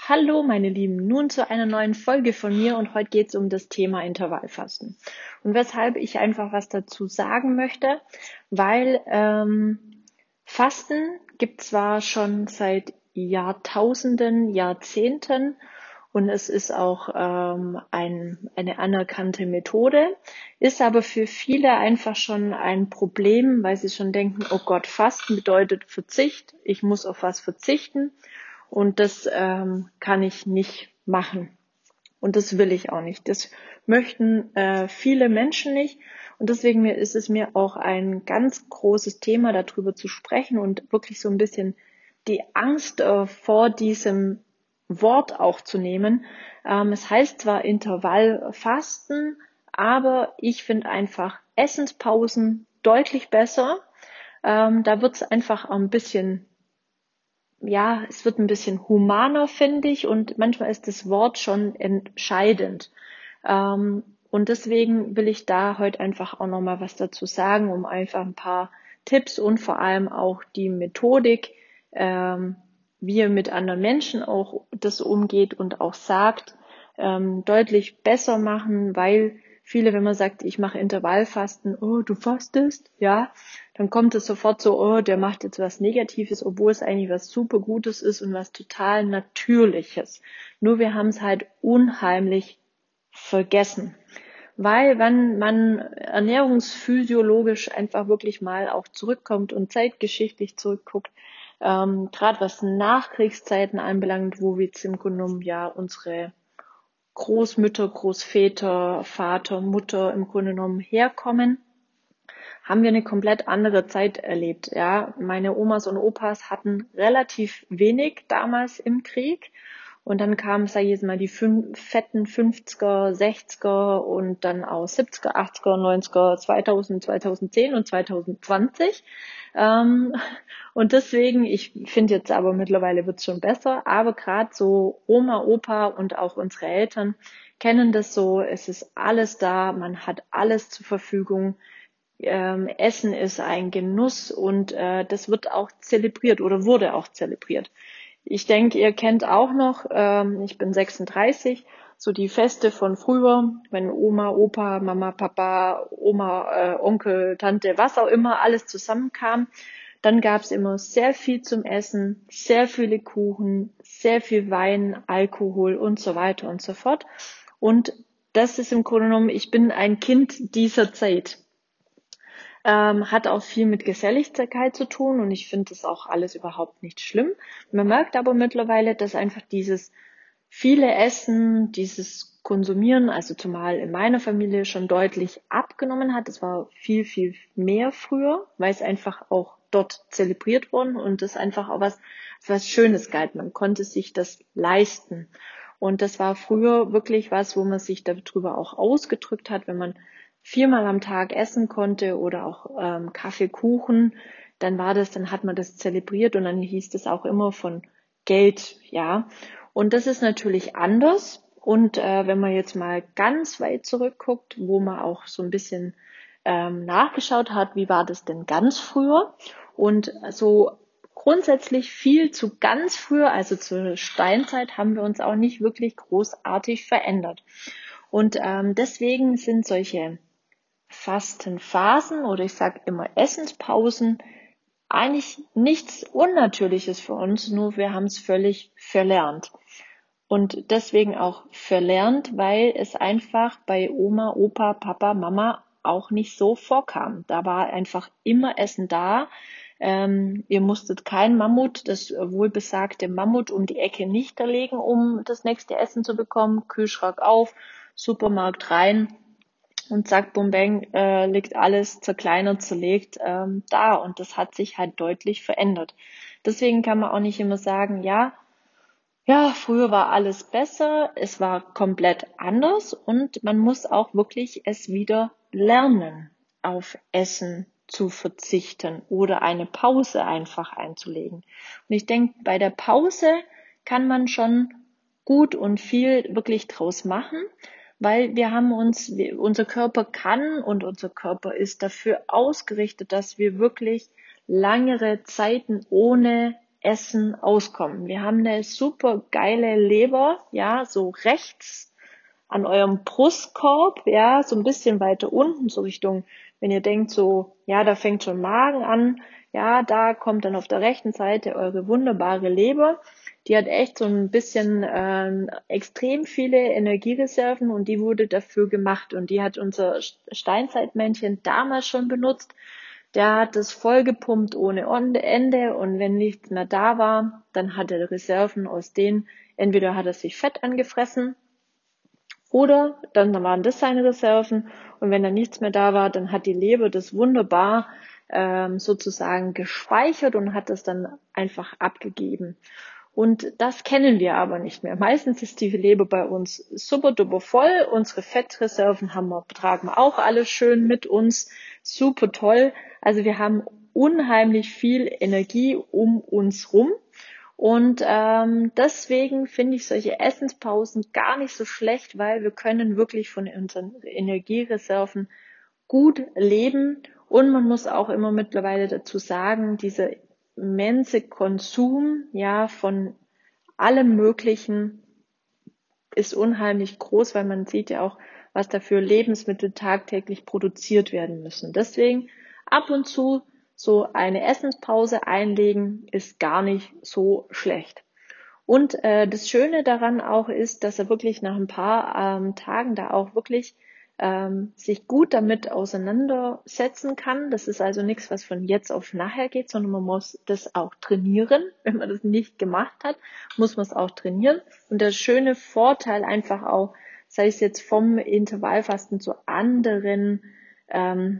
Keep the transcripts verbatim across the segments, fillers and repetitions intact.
Hallo meine Lieben, nun zu einer neuen Folge von mir und heute geht es um das Thema Intervallfasten. Und weshalb ich einfach was dazu sagen möchte, weil ähm, Fasten gibt zwar schon seit Jahrtausenden, Jahrzehnten und es ist auch ähm, ein, eine anerkannte Methode, ist aber für viele einfach schon ein Problem, weil sie schon denken, oh Gott, Fasten bedeutet Verzicht, ich muss auf was verzichten. Und das ähm, kann ich nicht machen. Und das will ich auch nicht. Das möchten äh, viele Menschen nicht. Und deswegen ist es mir auch ein ganz großes Thema, darüber zu sprechen und wirklich so ein bisschen die Angst äh, vor diesem Wort auch zu nehmen. Ähm, es heißt zwar Intervallfasten, aber ich finde einfach Essenspausen deutlich besser. Ähm, da wird es einfach ein bisschen ja, es wird ein bisschen humaner, finde ich, und manchmal ist das Wort schon entscheidend. Ähm, und deswegen will ich da heute einfach auch nochmal was dazu sagen, um einfach ein paar Tipps und vor allem auch die Methodik, ähm, wie ihr mit anderen Menschen auch das umgeht und auch sagt, ähm, deutlich besser machen, weil viele, wenn man sagt, ich mache Intervallfasten, oh, du fastest, ja, dann kommt es sofort so, oh, der macht jetzt was Negatives, obwohl es eigentlich was super Gutes ist und was total Natürliches. Nur wir haben es halt unheimlich vergessen. Weil wenn man ernährungsphysiologisch einfach wirklich mal auch zurückkommt und zeitgeschichtlich zurückguckt, ähm, gerade was Nachkriegszeiten anbelangt, wo wir jetzt im Grunde genommen ja unsere Großmütter, Großväter, Vater, Mutter im Grunde genommen herkommen, haben wir eine komplett andere Zeit erlebt. Ja, meine Omas und Opas hatten relativ wenig damals im Krieg. Und dann kamen, sag ich jetzt mal, die fünf, fetten fünfziger, sechziger und dann auch siebziger, achtziger, neunziger, zweitausend, zweitausendzehn und zweitausendzwanzig. Ähm, und deswegen, ich finde jetzt aber mittlerweile wird's schon besser, aber gerade so Oma, Opa und auch unsere Eltern kennen das so, es ist alles da, man hat alles zur Verfügung. Ähm, Essen ist ein Genuss und äh, das wird auch zelebriert oder wurde auch zelebriert. Ich denke, ihr kennt auch noch, ähm, ich bin sechsunddreißig, so die Feste von früher, wenn Oma, Opa, Mama, Papa, Oma, äh, Onkel, Tante, was auch immer, alles zusammenkam. Dann gab's immer sehr viel zum Essen, sehr viele Kuchen, sehr viel Wein, Alkohol und so weiter und so fort. Und das ist im Grunde genommen, ich bin ein Kind dieser Zeit. Ähm, hat auch viel mit Geselligkeit zu tun und ich finde das auch alles überhaupt nicht schlimm. Man merkt aber mittlerweile, dass einfach dieses viele Essen, dieses Konsumieren, also zumal in meiner Familie schon deutlich abgenommen hat. Es war viel, viel mehr früher, weil es einfach auch dort zelebriert wurde und das einfach auch was, was Schönes galt. Man konnte sich das leisten. Und das war früher wirklich was, wo man sich darüber auch ausgedrückt hat, wenn man viermal am Tag essen konnte oder auch ähm, Kaffee, Kuchen, dann war das, dann hat man das zelebriert und dann hieß das auch immer von Geld, ja. Und das ist natürlich anders. Und äh, wenn man jetzt mal ganz weit zurückguckt, wo man auch so ein bisschen ähm, nachgeschaut hat, wie war das denn ganz früher? Und so grundsätzlich viel zu ganz früher, also zur Steinzeit, haben wir uns auch nicht wirklich großartig verändert. Und ähm, deswegen sind solche Fastenphasen oder ich sage immer Essenspausen eigentlich nichts Unnatürliches für uns, nur wir haben es völlig verlernt. Und deswegen auch verlernt, weil es einfach bei Oma, Opa, Papa, Mama auch nicht so vorkam. Da war einfach immer Essen da. Ähm, ihr musstet kein Mammut, das wohlbesagte Mammut um die Ecke nicht erlegen, um das nächste Essen zu bekommen. Kühlschrank auf, Supermarkt rein und zack, bum, bang, äh, liegt alles zerkleinert, zerlegt ähm, da. Und das hat sich halt deutlich verändert. Deswegen kann man auch nicht immer sagen, ja, ja, früher war alles besser, es war komplett anders und man muss auch wirklich es wieder lernen, auf Essen zu verzichten oder eine Pause einfach einzulegen. Und ich denke, bei der Pause kann man schon gut und viel wirklich draus machen, weil wir haben uns, unser Körper kann und unser Körper ist dafür ausgerichtet, dass wir wirklich langere Zeiten ohne Essen auskommen. Wir haben eine super geile Leber, ja, so rechts an eurem Brustkorb, ja, so ein bisschen weiter unten, so Richtung, wenn ihr denkt so, ja, da fängt schon Magen an, ja, da kommt dann auf der rechten Seite eure wunderbare Leber. Die hat echt so ein bisschen äh, extrem viele Energiereserven und die wurde dafür gemacht und die hat unser Steinzeitmännchen damals schon benutzt. Der hat es vollgepumpt ohne Ende und wenn nichts mehr da war, dann hat er Reserven aus denen, entweder hat er sich Fett angefressen oder dann waren das seine Reserven und wenn dann nichts mehr da war, dann hat die Leber das wunderbar ähm, sozusagen gespeichert und hat es dann einfach abgegeben. Und das kennen wir aber nicht mehr. Meistens ist die Leber bei uns super duper voll. Unsere Fettreserven haben wir, tragen wir auch alle schön mit uns. Super toll. Also wir haben unheimlich viel Energie um uns rum. Und ähm, deswegen finde ich solche Essenspausen gar nicht so schlecht, weil wir können wirklich von unseren Energiereserven gut leben. Und man muss auch immer mittlerweile dazu sagen, dieser immense Konsum, ja, von allem Möglichen ist unheimlich groß, weil man sieht ja auch, was da für Lebensmittel tagtäglich produziert werden müssen. Deswegen ab und zu so eine Essenspause einlegen ist gar nicht so schlecht. Und äh, das Schöne daran auch ist, dass er wirklich nach ein paar ähm, Tagen da auch wirklich ähm, sich gut damit auseinandersetzen kann. Das ist also nichts, was von jetzt auf nachher geht, sondern man muss das auch trainieren. Wenn man das nicht gemacht hat, muss man es auch trainieren. Und der schöne Vorteil einfach auch, sei es jetzt vom Intervallfasten zu anderen ähm,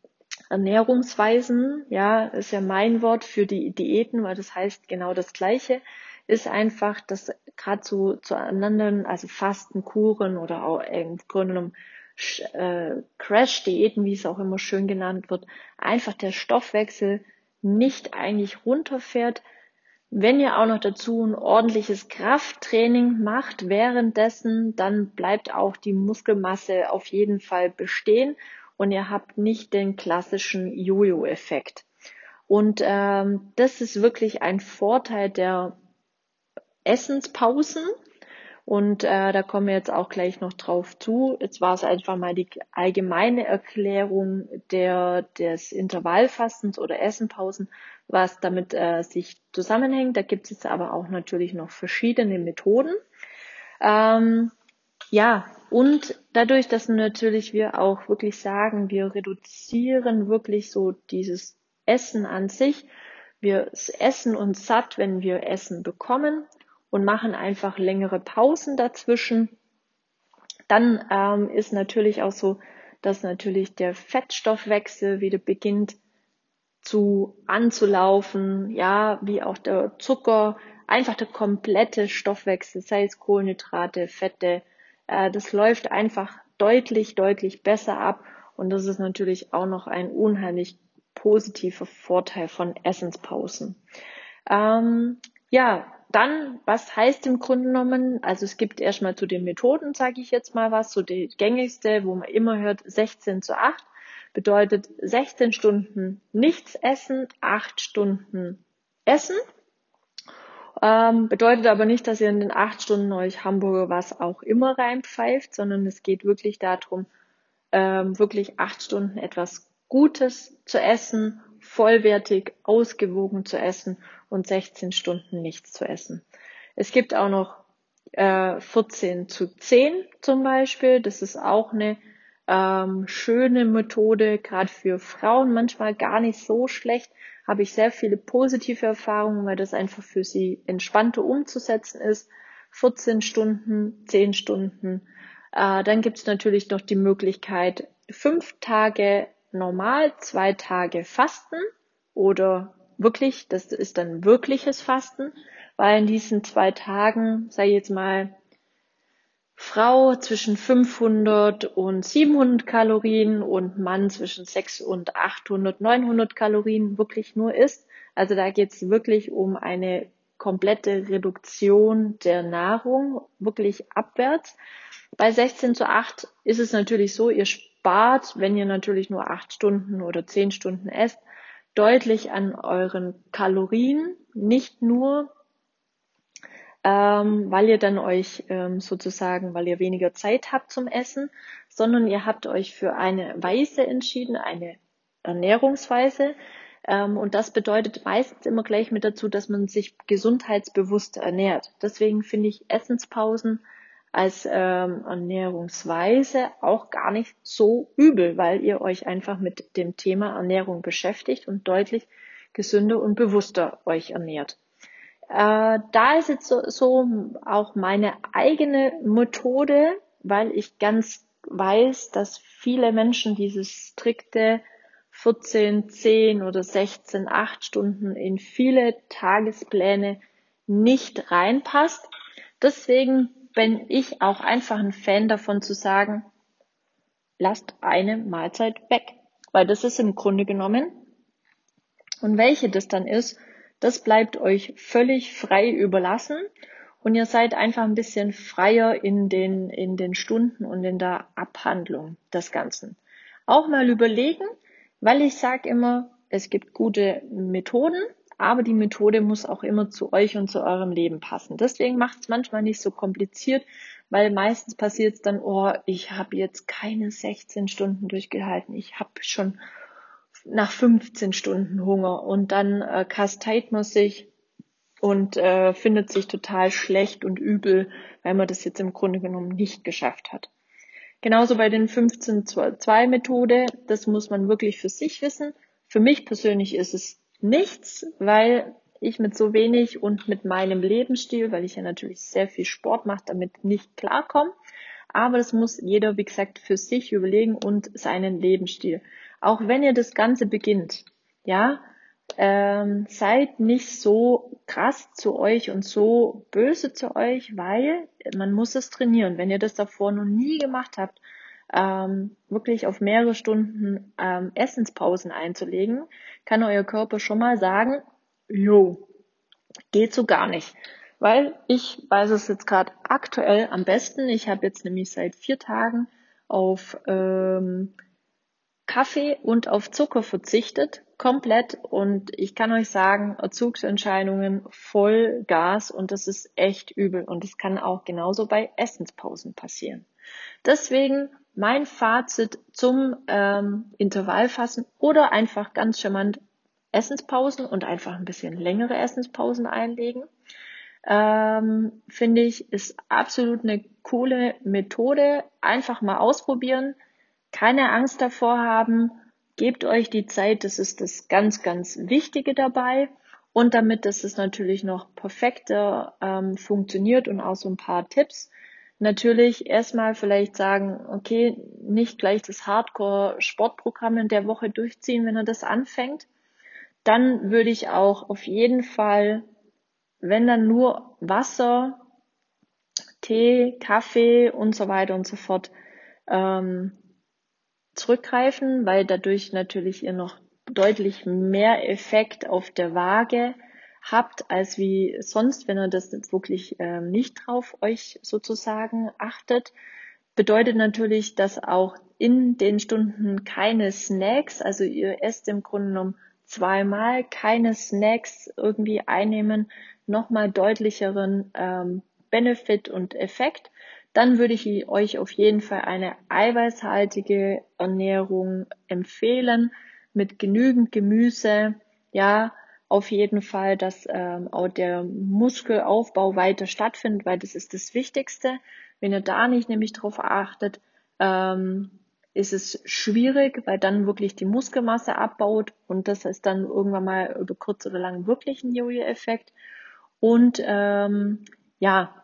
Ernährungsweisen, ja, ist ja mein Wort für die Diäten, weil das heißt genau das Gleiche, ist einfach, dass gerade zu, zu anderen, also Fasten, Kuren oder auch im Grunde genommen äh, Crash-Diäten, wie es auch immer schön genannt wird, einfach der Stoffwechsel nicht eigentlich runterfährt. Wenn ihr auch noch dazu ein ordentliches Krafttraining macht währenddessen, dann bleibt auch die Muskelmasse auf jeden Fall bestehen und ihr habt nicht den klassischen Jojo-Effekt. Und ähm, das ist wirklich ein Vorteil der Essenspausen. Und äh, da kommen wir jetzt auch gleich noch drauf zu. Jetzt war es einfach mal die allgemeine Erklärung der, des Intervallfastens oder Essenpausen, was damit äh, sich zusammenhängt. Da gibt es jetzt aber auch natürlich noch verschiedene Methoden. Ähm, ja, und dadurch, dass natürlich wir auch wirklich sagen, wir reduzieren wirklich so dieses Essen an sich. Wir essen uns satt, wenn wir Essen bekommen und machen einfach längere Pausen dazwischen. Dann ähm, ist natürlich auch so, dass natürlich der Fettstoffwechsel wieder beginnt zu anzulaufen, ja, wie auch der Zucker, einfach der komplette Stoffwechsel, sei es Kohlenhydrate, Fette, äh, das läuft einfach deutlich, deutlich besser ab und das ist natürlich auch noch ein unheimlich positiver Vorteil von Essenspausen. Ähm, ja, dann, was heißt im Grunde genommen, also es gibt erstmal zu den Methoden, sage ich jetzt mal was, so die gängigste, wo man immer hört, sechzehn zu acht, bedeutet sechzehn Stunden nichts essen, acht Stunden essen. Ähm, bedeutet aber nicht, dass ihr in den acht Stunden euch Hamburger was auch immer reinpfeift, sondern es geht wirklich darum, ähm, wirklich acht Stunden etwas Gutes zu essen, vollwertig, ausgewogen zu essen und sechzehn Stunden nichts zu essen. Es gibt auch noch äh, vierzehn zu zehn zum Beispiel. Das ist auch eine ähm, schöne Methode, gerade für Frauen manchmal gar nicht so schlecht. Habe ich sehr viele positive Erfahrungen, weil das einfach für sie entspannter umzusetzen ist. vierzehn Stunden, zehn Stunden. Äh, dann gibt es natürlich noch die Möglichkeit, fünf Tage normal, zwei Tage Fasten oder wirklich, das ist dann wirkliches Fasten, weil in diesen zwei Tagen, sei jetzt mal, Frau zwischen fünfhundert und siebenhundert Kalorien und Mann zwischen sechshundert und achthundert, neunhundert Kalorien wirklich nur isst. Also da geht es wirklich um eine komplette Reduktion der Nahrung, wirklich abwärts. Bei sechzehn zu acht ist es natürlich so, ihr spart, wenn ihr natürlich nur acht Stunden oder zehn Stunden esst, deutlich an euren Kalorien. nicht nur, ähm, weil ihr dann euch ähm, sozusagen, weil ihr weniger Zeit habt zum Essen, sondern ihr habt euch für eine Weise entschieden, eine Ernährungsweise. Ähm, und das bedeutet meistens immer gleich mit dazu, dass man sich gesundheitsbewusst ernährt. Deswegen finde ich Essenspausen als ähm, Ernährungsweise auch gar nicht so übel, weil ihr euch einfach mit dem Thema Ernährung beschäftigt und deutlich gesünder und bewusster euch ernährt. Äh, da ist jetzt so, so auch meine eigene Methode, weil ich ganz weiß, dass viele Menschen dieses strikte vierzehn, zehn oder sechzehn, acht Stunden in viele Tagespläne nicht reinpasst. Deswegen bin ich auch einfach ein Fan davon zu sagen, lasst eine Mahlzeit weg. Weil das ist im Grunde genommen, und welche das dann ist, das bleibt euch völlig frei überlassen. Und ihr seid einfach ein bisschen freier in den, in den Stunden und in der Abhandlung des Ganzen. Auch mal überlegen, weil ich sage immer, es gibt gute Methoden, aber die Methode muss auch immer zu euch und zu eurem Leben passen. Deswegen macht es manchmal nicht so kompliziert, weil meistens passiert es dann, oh, ich habe jetzt keine sechzehn Stunden durchgehalten, ich habe schon nach fünfzehn Stunden Hunger und dann äh, kasteit man sich und äh, findet sich total schlecht und übel, weil man das jetzt im Grunde genommen nicht geschafft hat. Genauso bei den fünfzehn zwei Methode, das muss man wirklich für sich wissen. Für mich persönlich ist es nichts, weil ich mit so wenig und mit meinem Lebensstil, weil ich ja natürlich sehr viel Sport mache, damit nicht klarkomme. Aber das muss jeder, wie gesagt, für sich überlegen und seinen Lebensstil. Auch wenn ihr das Ganze beginnt, ja, ähm, seid nicht so krass zu euch und so böse zu euch, weil man muss es trainieren. Wenn ihr das davor noch nie gemacht habt, ähm, wirklich auf mehrere Stunden ähm, Essenspausen einzulegen, kann euer Körper schon mal sagen, jo, geht so gar nicht. Weil ich weiß es jetzt gerade aktuell am besten. Ich habe jetzt nämlich seit vier Tagen auf ähm, Kaffee und auf Zucker verzichtet, komplett. Und ich kann euch sagen, Entzugsentscheidungen voll Gas und das ist echt übel. Und es kann auch genauso bei Essenspausen passieren. Deswegen mein Fazit zum ähm, Intervallfasten oder einfach ganz charmant Essenspausen und einfach ein bisschen längere Essenspausen einlegen. Ähm, finde ich, ist absolut eine coole Methode. Einfach mal ausprobieren. Keine Angst davor haben. Gebt euch die Zeit. Das ist das ganz, ganz Wichtige dabei. Und damit, dass es natürlich noch perfekter ähm, funktioniert und auch so ein paar Tipps. Natürlich erstmal vielleicht sagen, okay, nicht gleich das Hardcore-Sportprogramm in der Woche durchziehen, wenn er das anfängt. Dann würde ich auch auf jeden Fall, wenn dann nur Wasser, Tee, Kaffee und so weiter und so fort ähm, zurückgreifen, weil dadurch natürlich ihr noch deutlich mehr Effekt auf der Waage habt, als wie sonst, wenn ihr das jetzt wirklich ähm, nicht drauf euch sozusagen achtet. Bedeutet natürlich, dass auch in den Stunden keine Snacks, also ihr esst im Grunde genommen zweimal, keine Snacks irgendwie einnehmen, nochmal deutlicheren ähm, Benefit und Effekt. Dann würde ich euch auf jeden Fall eine eiweißhaltige Ernährung empfehlen mit genügend Gemüse. Ja, auf jeden Fall, dass ähm, auch der Muskelaufbau weiter stattfindet, weil das ist das Wichtigste. Wenn ihr da nicht nämlich drauf achtet, ähm, ist es schwierig, weil dann wirklich die Muskelmasse abbaut und das ist dann irgendwann mal über kurz oder lang wirklich ein Jojo-Effekt. Und ähm, ja,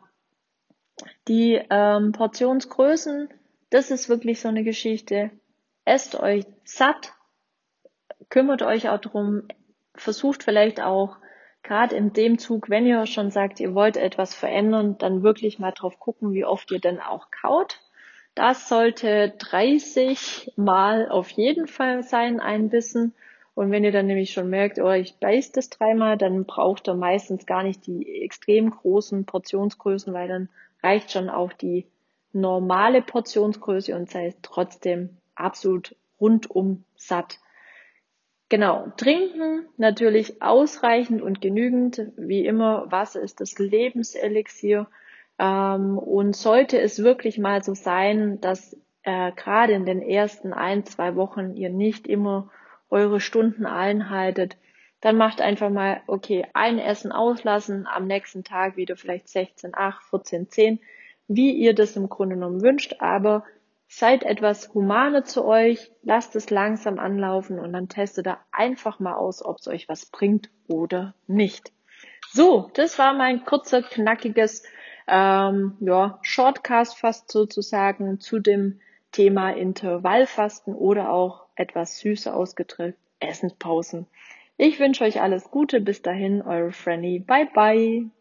die ähm, Portionsgrößen, das ist wirklich so eine Geschichte. Esst euch satt, kümmert euch auch drum, versucht vielleicht auch gerade in dem Zug, wenn ihr schon sagt, ihr wollt etwas verändern, dann wirklich mal drauf gucken, wie oft ihr denn auch kaut. Das sollte dreißig Mal auf jeden Fall sein, ein Bissen. Und wenn ihr dann nämlich schon merkt, oh, ich beiß das dreimal, dann braucht ihr meistens gar nicht die extrem großen Portionsgrößen, weil dann reicht schon auch die normale Portionsgröße und seid trotzdem absolut rundum satt. Genau, trinken natürlich ausreichend und genügend. Wie immer, Wasser ist das Lebenselixier. Ähm, und sollte es wirklich mal so sein, dass äh, gerade in den ersten ein, zwei Wochen ihr nicht immer eure Stunden einhaltet, dann macht einfach mal, okay, ein Essen auslassen, am nächsten Tag wieder vielleicht sechzehn, acht, vierzehn, zehn, wie ihr das im Grunde genommen wünscht, aber seid etwas humaner zu euch, lasst es langsam anlaufen und dann testet da einfach mal aus, ob es euch was bringt oder nicht. So, das war mein kurzer, knackiges ähm, ja, Shortcast fast sozusagen zu dem Thema Intervallfasten oder auch etwas süßer ausgedrückt Essenspausen. Ich wünsche euch alles Gute, bis dahin, eure Franny, bye bye.